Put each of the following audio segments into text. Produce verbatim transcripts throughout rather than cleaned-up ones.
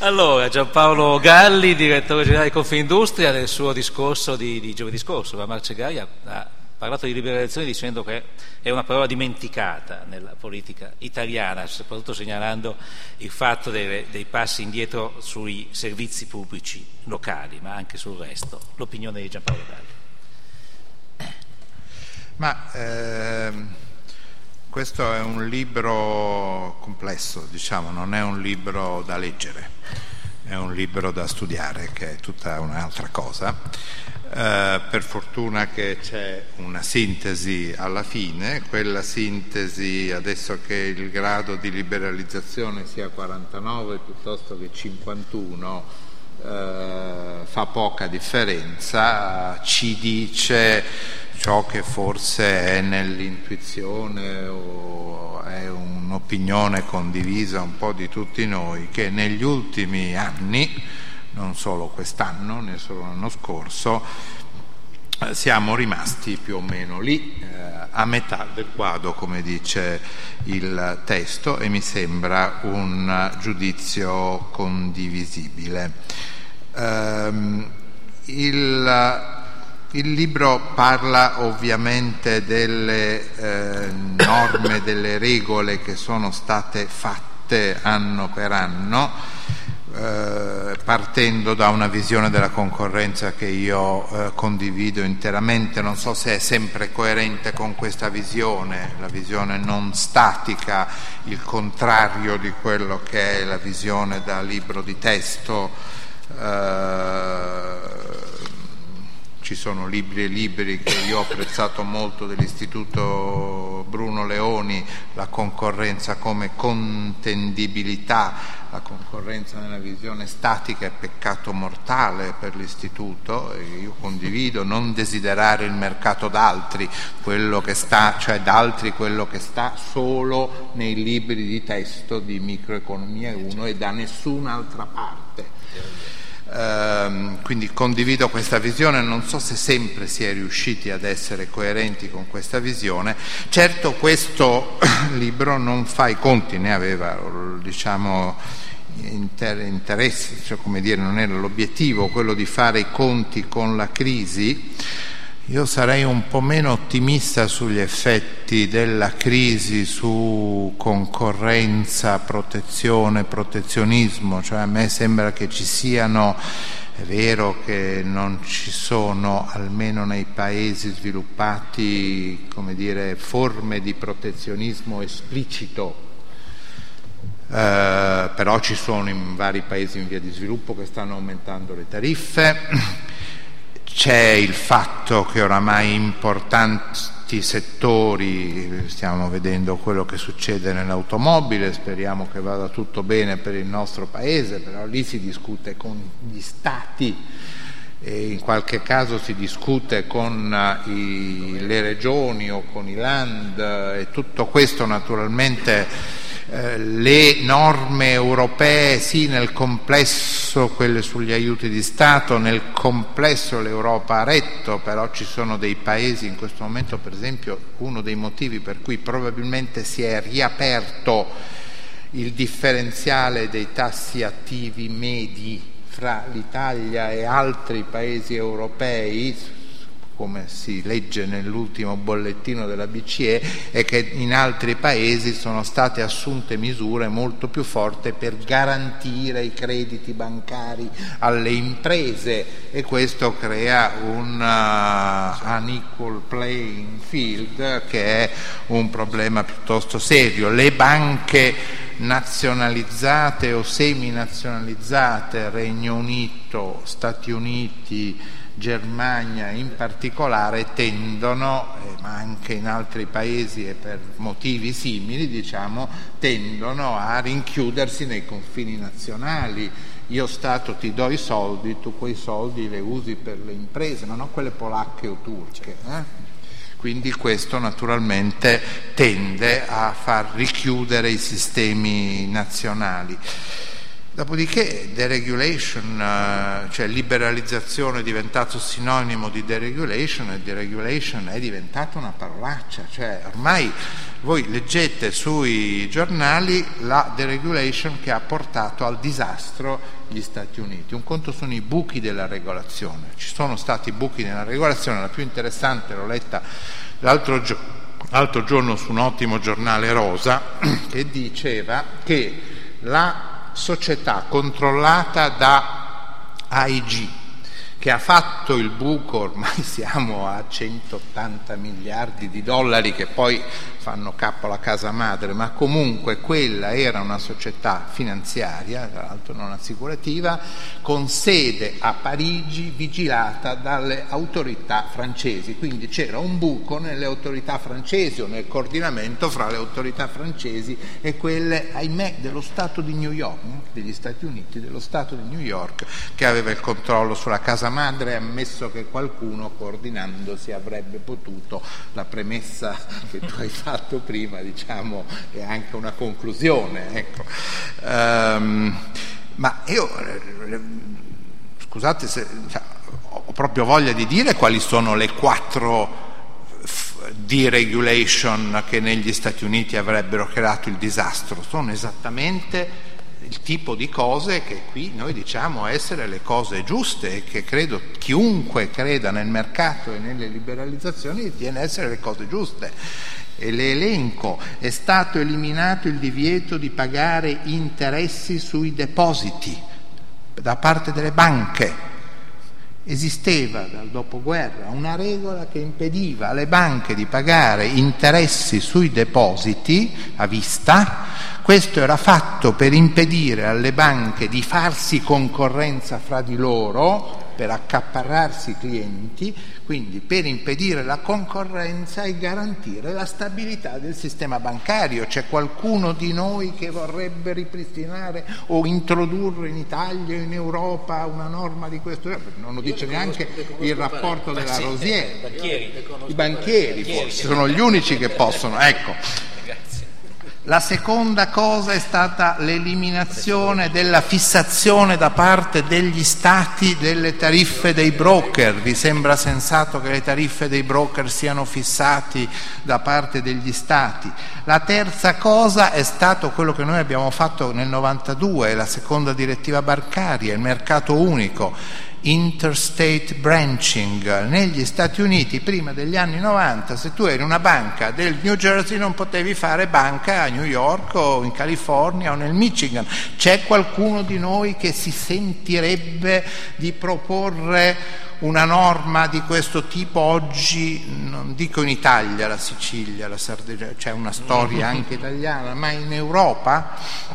Allora, Giampaolo Galli, direttore generale di Confindustria, nel suo discorso di, di giovedì scorso a Marcegaglia ha parlato di liberalizzazione dicendo che è una parola dimenticata nella politica italiana, soprattutto segnalando il fatto delle, dei passi indietro sui servizi pubblici locali, ma anche sul resto. L'opinione di Giampaolo Galli. Ma ehm, questo è un libro complesso, diciamo, non è un libro da leggere, è un libro da studiare, che è tutta un'altra cosa. Eh, per fortuna che c'è una sintesi alla fine, quella sintesi, adesso che il grado di liberalizzazione sia quarantanove piuttosto che cinquantuno, eh, fa poca differenza, ci dice ciò che forse è nell'intuizione o è un'opinione condivisa un po' di tutti noi, che negli ultimi anni, non solo quest'anno, né solo l'anno scorso, siamo rimasti più o meno lì, eh, a metà del quadro, come dice il testo, e mi sembra un giudizio condivisibile. Um, il Il libro parla ovviamente delle eh, norme, delle regole che sono state fatte anno per anno, eh, partendo da una visione della concorrenza che io eh, condivido interamente. Non so se è sempre coerente con questa visione, la visione non statica, il contrario di quello che è la visione da libro di testo. Eh, Ci sono libri e libri che io ho apprezzato molto dell'Istituto Bruno Leoni, la concorrenza come contendibilità, la concorrenza nella visione statica è peccato mortale per l'Istituto, e io condivido non desiderare il mercato d'altri, quello che sta, cioè d'altri quello che sta solo nei libri di testo di Microeconomia uno e da nessun'altra parte. Uh, quindi condivido questa visione, non so se sempre si è riusciti ad essere coerenti con questa visione. Certo, questo libro non fa i conti, ne aveva, diciamo, inter- interesse, cioè, come dire, non era l'obiettivo quello di fare i conti con la crisi. Io sarei un po' meno ottimista sugli effetti della crisi su concorrenza, protezione, protezionismo, cioè a me sembra che ci siano, è vero che non ci sono, almeno nei paesi sviluppati, come dire, forme di protezionismo esplicito, eh, però ci sono in vari paesi in via di sviluppo che stanno aumentando le tariffe. C'è il fatto che oramai importanti settori, stiamo vedendo quello che succede nell'automobile, speriamo che vada tutto bene per il nostro paese, però lì si discute con gli stati e in qualche caso si discute con i, le regioni o con i land, e tutto questo naturalmente. Eh, le norme europee, sì, nel complesso, quelle sugli aiuti di Stato, nel complesso l'Europa ha retto, però ci sono dei paesi in questo momento, per esempio, uno dei motivi per cui probabilmente si è riaperto il differenziale dei tassi attivi medi fra l'Italia e altri paesi europei, come si legge nell'ultimo bollettino della B C E, è che in altri paesi sono state assunte misure molto più forti per garantire i crediti bancari alle imprese, e questo crea un uh, unequal playing field che è un problema piuttosto serio. Le banche nazionalizzate o seminazionalizzate, Regno Unito, Stati Uniti, Germania in particolare, tendono, eh, ma anche in altri paesi e per motivi simili, diciamo, tendono a rinchiudersi nei confini nazionali. Io Stato ti do i soldi, tu quei soldi le usi per le imprese, ma non quelle polacche o turche. Eh? Quindi questo naturalmente tende a far richiudere i sistemi nazionali. Dopodiché deregulation, cioè liberalizzazione è diventato sinonimo di deregulation, e deregulation è diventata una parolaccia, cioè ormai voi leggete sui giornali la deregulation che ha portato al disastro gli Stati Uniti. Un conto sono i buchi della regolazione, ci sono stati buchi nella regolazione, la più interessante l'ho letta l'altro giorno, l'altro giorno su un ottimo giornale rosa che diceva che la società controllata da A I G, che ha fatto il buco, ormai siamo a centottanta miliardi di dollari che poi fanno capo alla casa madre, ma comunque quella era una società finanziaria, tra l'altro non assicurativa, con sede a Parigi, vigilata dalle autorità francesi, quindi c'era un buco nelle autorità francesi o nel coordinamento fra le autorità francesi e quelle, ahimè, dello Stato di New York, degli Stati Uniti, dello Stato di New York, che aveva il controllo sulla casa madre, ammesso che qualcuno coordinandosi avrebbe potuto, la premessa che tu hai fatto prima, diciamo, è anche una conclusione, ecco. Um, ma io, scusate se cioè, ho proprio voglia di dire quali sono le quattro deregulation che negli Stati Uniti avrebbero creato il disastro. Sono esattamente il tipo di cose che qui noi diciamo essere le cose giuste e che credo chiunque creda nel mercato e nelle liberalizzazioni ritiene essere le cose giuste. E le elenco: è stato eliminato il divieto di pagare interessi sui depositi da parte delle banche. Esisteva dal dopoguerra una regola che impediva alle banche di pagare interessi sui depositi a vista. Questo era fatto per impedire alle banche di farsi concorrenza fra di loro, per accaparrarsi clienti, quindi per impedire la concorrenza e garantire la stabilità del sistema bancario. C'è qualcuno di noi che vorrebbe ripristinare o introdurre in Italia o in Europa una norma di questo genere? Non lo dice neanche il rapporto della Rosier. I banchieri forse sono gli unici che possono, ecco. La seconda cosa è stata l'eliminazione della fissazione da parte degli Stati delle tariffe dei broker. Vi sembra sensato che le tariffe dei broker siano fissati da parte degli Stati? La terza cosa è stato quello che noi abbiamo fatto nel novantadue, la seconda direttiva bancaria, il mercato unico. Interstate branching. Negli Stati Uniti prima degli anni novanta, se tu eri una banca del New Jersey non potevi fare banca a New York o in California o nel Michigan. C'è qualcuno di noi che si sentirebbe di proporre una norma di questo tipo oggi? Non dico in Italia, la Sicilia, la Sardegna, c'è una storia anche italiana, ma in Europa?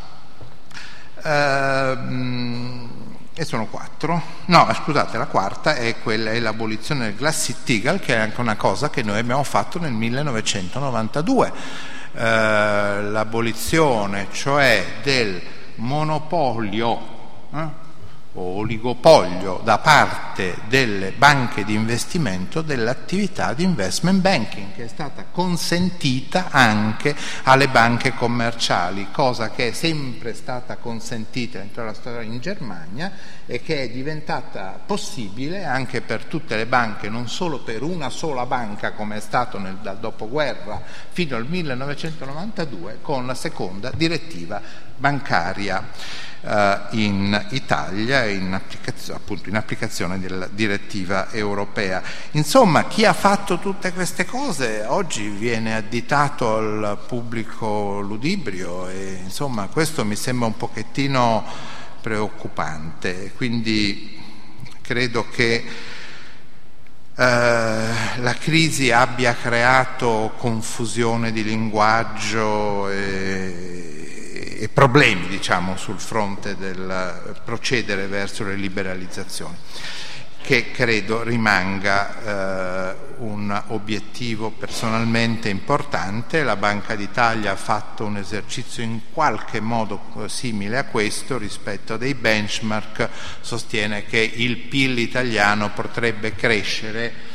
Ehm E sono quattro. No, scusate, la quarta è quella è l'abolizione del Glass-Steagall, che è anche una cosa che noi abbiamo fatto nel millenovecentonovantadue. Eh, l'abolizione, cioè del monopolio eh, o oligopolio da parte delle banche di investimento dell'attività di investment banking, che è stata consentita anche alle banche commerciali, cosa che è sempre stata consentita dentro la storia in Germania e che è diventata possibile anche per tutte le banche, non solo per una sola banca come è stato nel, dal dopoguerra fino al millenovecentonovantadue con la seconda direttiva bancaria eh, in Italia e in applicazione, appunto in applicazione della direttiva europea. Insomma, chi ha fatto tutte queste cose oggi viene additato al pubblico ludibrio e insomma questo mi sembra un pochettino preoccupante, quindi credo che eh, la crisi abbia creato confusione di linguaggio e, e problemi, diciamo, sul fronte del procedere verso le liberalizzazioni, che credo rimanga eh, un obiettivo personalmente importante. La Banca d'Italia ha fatto un esercizio in qualche modo simile a questo rispetto a dei benchmark, sostiene che il P I L italiano potrebbe crescere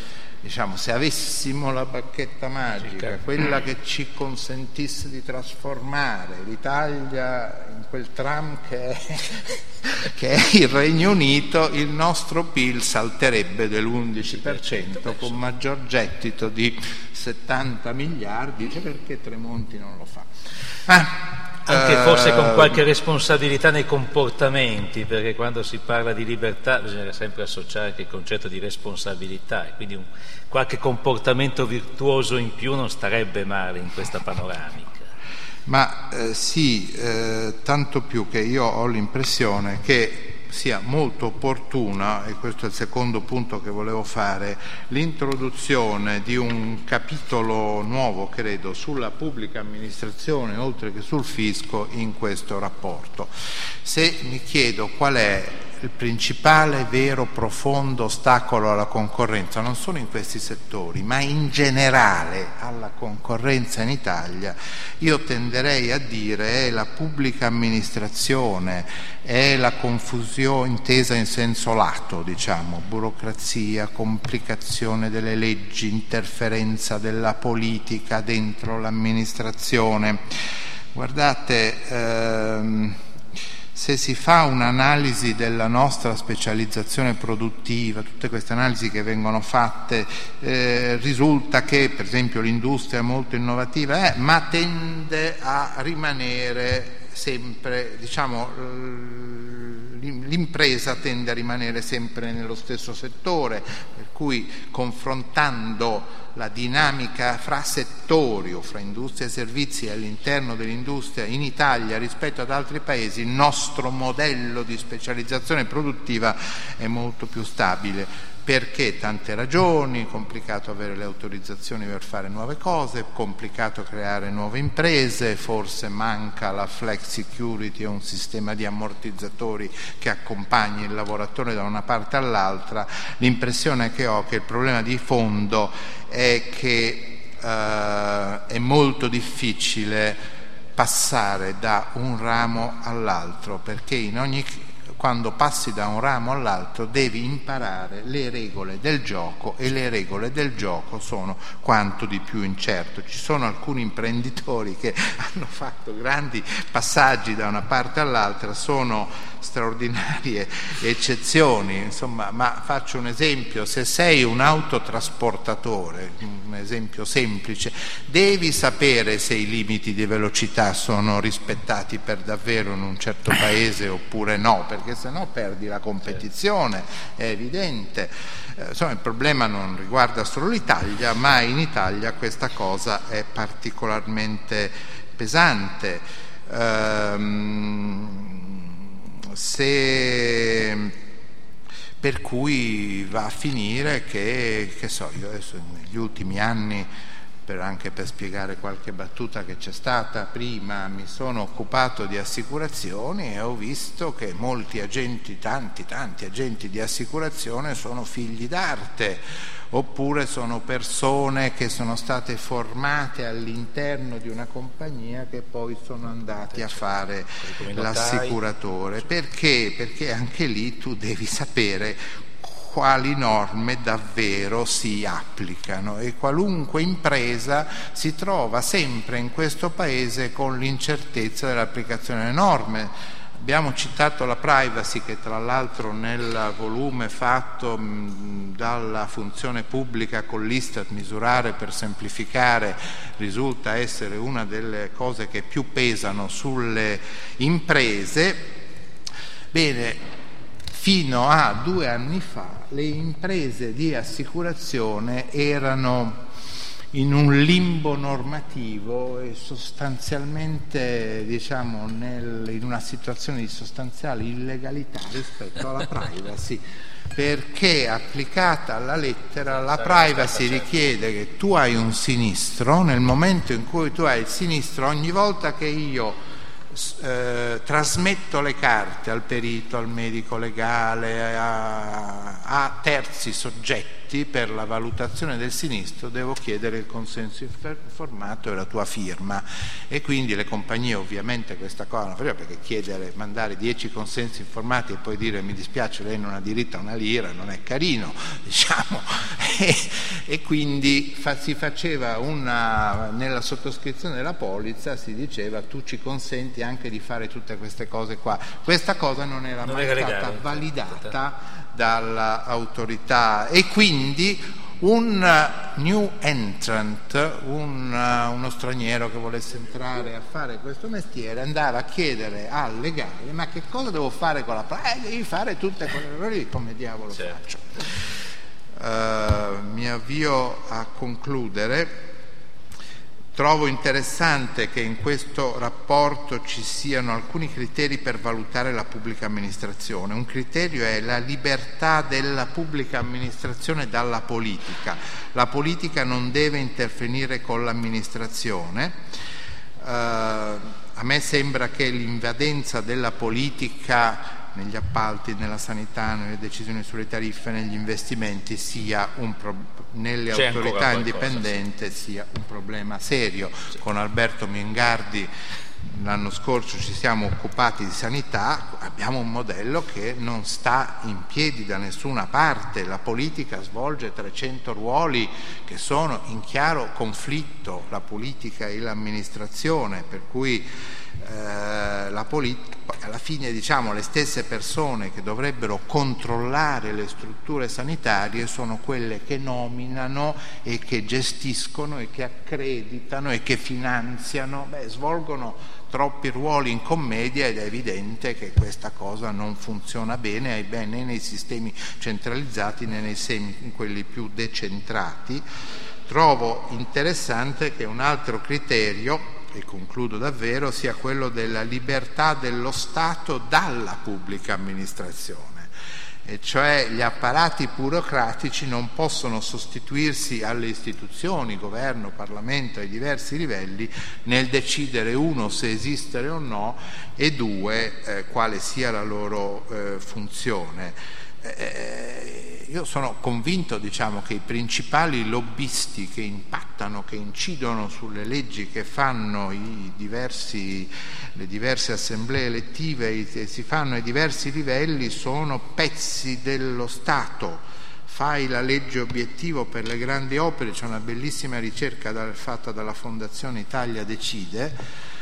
diciamo, se avessimo la bacchetta magica, quella che ci consentisse di trasformare l'Italia in quel tram che è, che è il Regno Unito, il nostro P I L salterebbe dell'undici per cento con maggior gettito di settanta miliardi, cioè perché Tremonti non lo fa? Ah, Anche forse con qualche responsabilità nei comportamenti, perché quando si parla di libertà bisogna sempre associare anche il concetto di responsabilità, e quindi un, qualche comportamento virtuoso in più non starebbe male in questa panoramica. Ma eh, sì, eh, tanto più che io ho l'impressione che sia molto opportuna, e questo è il secondo punto che volevo fare, l'introduzione di un capitolo nuovo, credo, sulla pubblica amministrazione oltre che sul fisco in questo rapporto. Se mi chiedo qual è il principale, vero, profondo ostacolo alla concorrenza, non solo in questi settori, ma in generale alla concorrenza in Italia, io tenderei a dire è la pubblica amministrazione, è la confusione intesa in senso lato, diciamo, burocrazia, complicazione delle leggi, interferenza della politica dentro l'amministrazione. Guardate, ehm, se si fa un'analisi della nostra specializzazione produttiva, tutte queste analisi che vengono fatte, eh, risulta che per esempio l'industria è molto innovativa, eh, ma tende a rimanere sempre, diciamo, l'impresa tende a rimanere sempre nello stesso settore, per cui confrontando la dinamica fra settori o fra industria e servizi all'interno dell'industria in Italia rispetto ad altri paesi, il nostro modello di specializzazione produttiva è molto più stabile. Perché? Tante ragioni: complicato avere le autorizzazioni per fare nuove cose, complicato creare nuove imprese, forse manca la flex security, un sistema di ammortizzatori che accompagni il lavoratore da una parte all'altra. L'impressione che ho è che il problema di fondo è che eh, è molto difficile passare da un ramo all'altro, perché in ogni quando passi da un ramo all'altro devi imparare le regole del gioco, e le regole del gioco sono quanto di più incerto. Ci sono alcuni imprenditori che hanno fatto grandi passaggi da una parte all'altra, sono straordinarie eccezioni, insomma, ma faccio un esempio: se sei un autotrasportatore, un esempio semplice, devi sapere se i limiti di velocità sono rispettati per davvero in un certo paese oppure no, perché se no perdi la competizione, è evidente. Eh, insomma, il problema non riguarda solo l'Italia, ma in Italia questa cosa è particolarmente pesante. Ehm, se per cui va a finire che, che so, io adesso negli ultimi anni, per anche per spiegare qualche battuta che c'è stata prima, mi sono occupato di assicurazioni e ho visto che molti agenti, tanti tanti agenti di assicurazione sono figli d'arte, oppure sono persone che sono state formate all'interno di una compagnia che poi sono andati a fare l'assicuratore. Perché? Perché anche lì tu devi sapere quali norme davvero si applicano, e qualunque impresa si trova sempre in questo paese con l'incertezza dell'applicazione delle norme. Abbiamo citato la privacy, che tra l'altro nel volume fatto mh, dalla funzione pubblica con l'Istat, misurare per semplificare, risulta essere una delle cose che più pesano sulle imprese. Bene, fino a due anni fa le imprese di assicurazione erano in un limbo normativo e sostanzialmente, diciamo, nel, in una situazione di sostanziale illegalità rispetto alla privacy, perché applicata alla lettera la privacy richiede che tu hai un sinistro, nel momento in cui tu hai il sinistro, ogni volta che io Eh, trasmetto le carte al perito, al medico legale, a, a terzi soggetti progetti per la valutazione del sinistro devo chiedere il consenso informato e la tua firma, e quindi le compagnie ovviamente questa cosa non facevano, perché chiedere, mandare dieci consensi informati e poi dire mi dispiace lei non ha diritto a una lira non è carino, diciamo, e, e quindi fa, si faceva una, nella sottoscrizione della polizza si diceva tu ci consenti anche di fare tutte queste cose qua. Questa cosa non era non mai stata legale, validata dall'autorità, e quindi un new entrant, un, uno straniero che volesse entrare a fare questo mestiere, andava a chiedere al legale ma che cosa devo fare con la pratica? Eh, devi fare tutte quelle cose lì, come diavolo certo. faccio? Uh, mi avvio a concludere. Trovo interessante che in questo rapporto ci siano alcuni criteri per valutare la pubblica amministrazione. Un criterio è la libertà della pubblica amministrazione dalla politica. La politica non deve intervenire con l'amministrazione. Uh, a me sembra che l'invadenza della politica negli appalti, nella sanità, nelle decisioni sulle tariffe, negli investimenti sia un pro- nelle C'è autorità indipendenti sì. sia un problema serio. Sì. Con Alberto Mingardi l'anno scorso ci siamo occupati di sanità, abbiamo un modello che non sta in piedi da nessuna parte, la politica svolge trecento ruoli che sono in chiaro conflitto, la politica e l'amministrazione, per cui eh, la politica, alla fine diciamo le stesse persone che dovrebbero controllare le strutture sanitarie sono quelle che nominano e che gestiscono e che accreditano e che finanziano, beh, svolgono troppi ruoli in commedia ed è evidente che questa cosa non funziona bene né nei sistemi centralizzati né nei semi, in quelli più decentrati. Trovo interessante che un altro criterio, e concludo davvero, sia quello della libertà dello Stato dalla pubblica amministrazione. E cioè gli apparati burocratici non possono sostituirsi alle istituzioni, governo, Parlamento, ai diversi livelli nel decidere uno se esistere o no e due eh, quale sia la loro eh, funzione. Eh, io sono convinto diciamo, che i principali lobbisti che impattano, che incidono sulle leggi che fanno i diversi, le diverse assemblee elettive che si fanno ai diversi livelli sono pezzi dello Stato. Fai la legge obiettivo per le grandi opere, c'è una bellissima ricerca da, fatta dalla Fondazione Italia Decide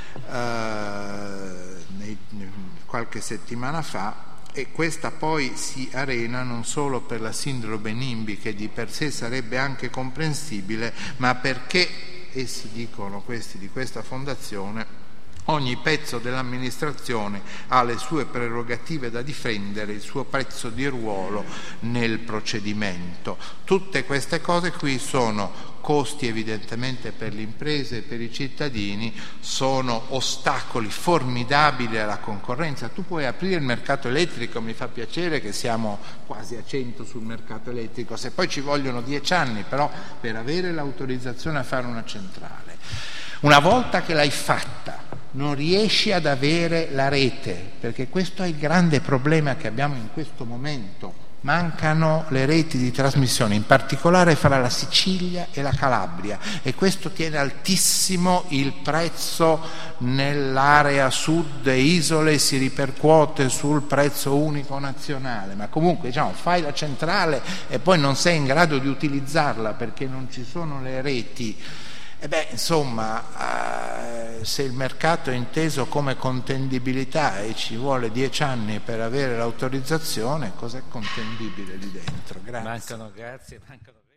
eh, nei, qualche settimana fa, e questa poi si arena non solo per la sindrome NIMBY, che di per sé sarebbe anche comprensibile, ma perché essi dicono, questi di questa fondazione, ogni pezzo dell'amministrazione ha le sue prerogative da difendere, il suo pezzo di ruolo nel procedimento. Tutte queste cose qui sono costi evidentemente per le imprese e per i cittadini, sono ostacoli formidabili alla concorrenza. Tu puoi aprire il mercato elettrico, mi fa piacere che siamo quasi a cento sul mercato elettrico, se poi ci vogliono dieci anni però per avere l'autorizzazione a fare una centrale. Una volta che l'hai fatta non riesci ad avere la rete, perché questo è il grande problema che abbiamo in questo momento. Mancano le reti di trasmissione, in particolare fra la Sicilia e la Calabria, e questo tiene altissimo il prezzo nell'area sud e isole, si ripercuote sul prezzo unico nazionale. Ma comunque diciamo, fai la centrale e poi non sei in grado di utilizzarla perché non ci sono le reti. E beh, insomma, eh, se il mercato è inteso come contendibilità e ci vuole dieci anni per avere l'autorizzazione, cos'è contendibile lì dentro? Grazie. Mancano, grazie. Mancano...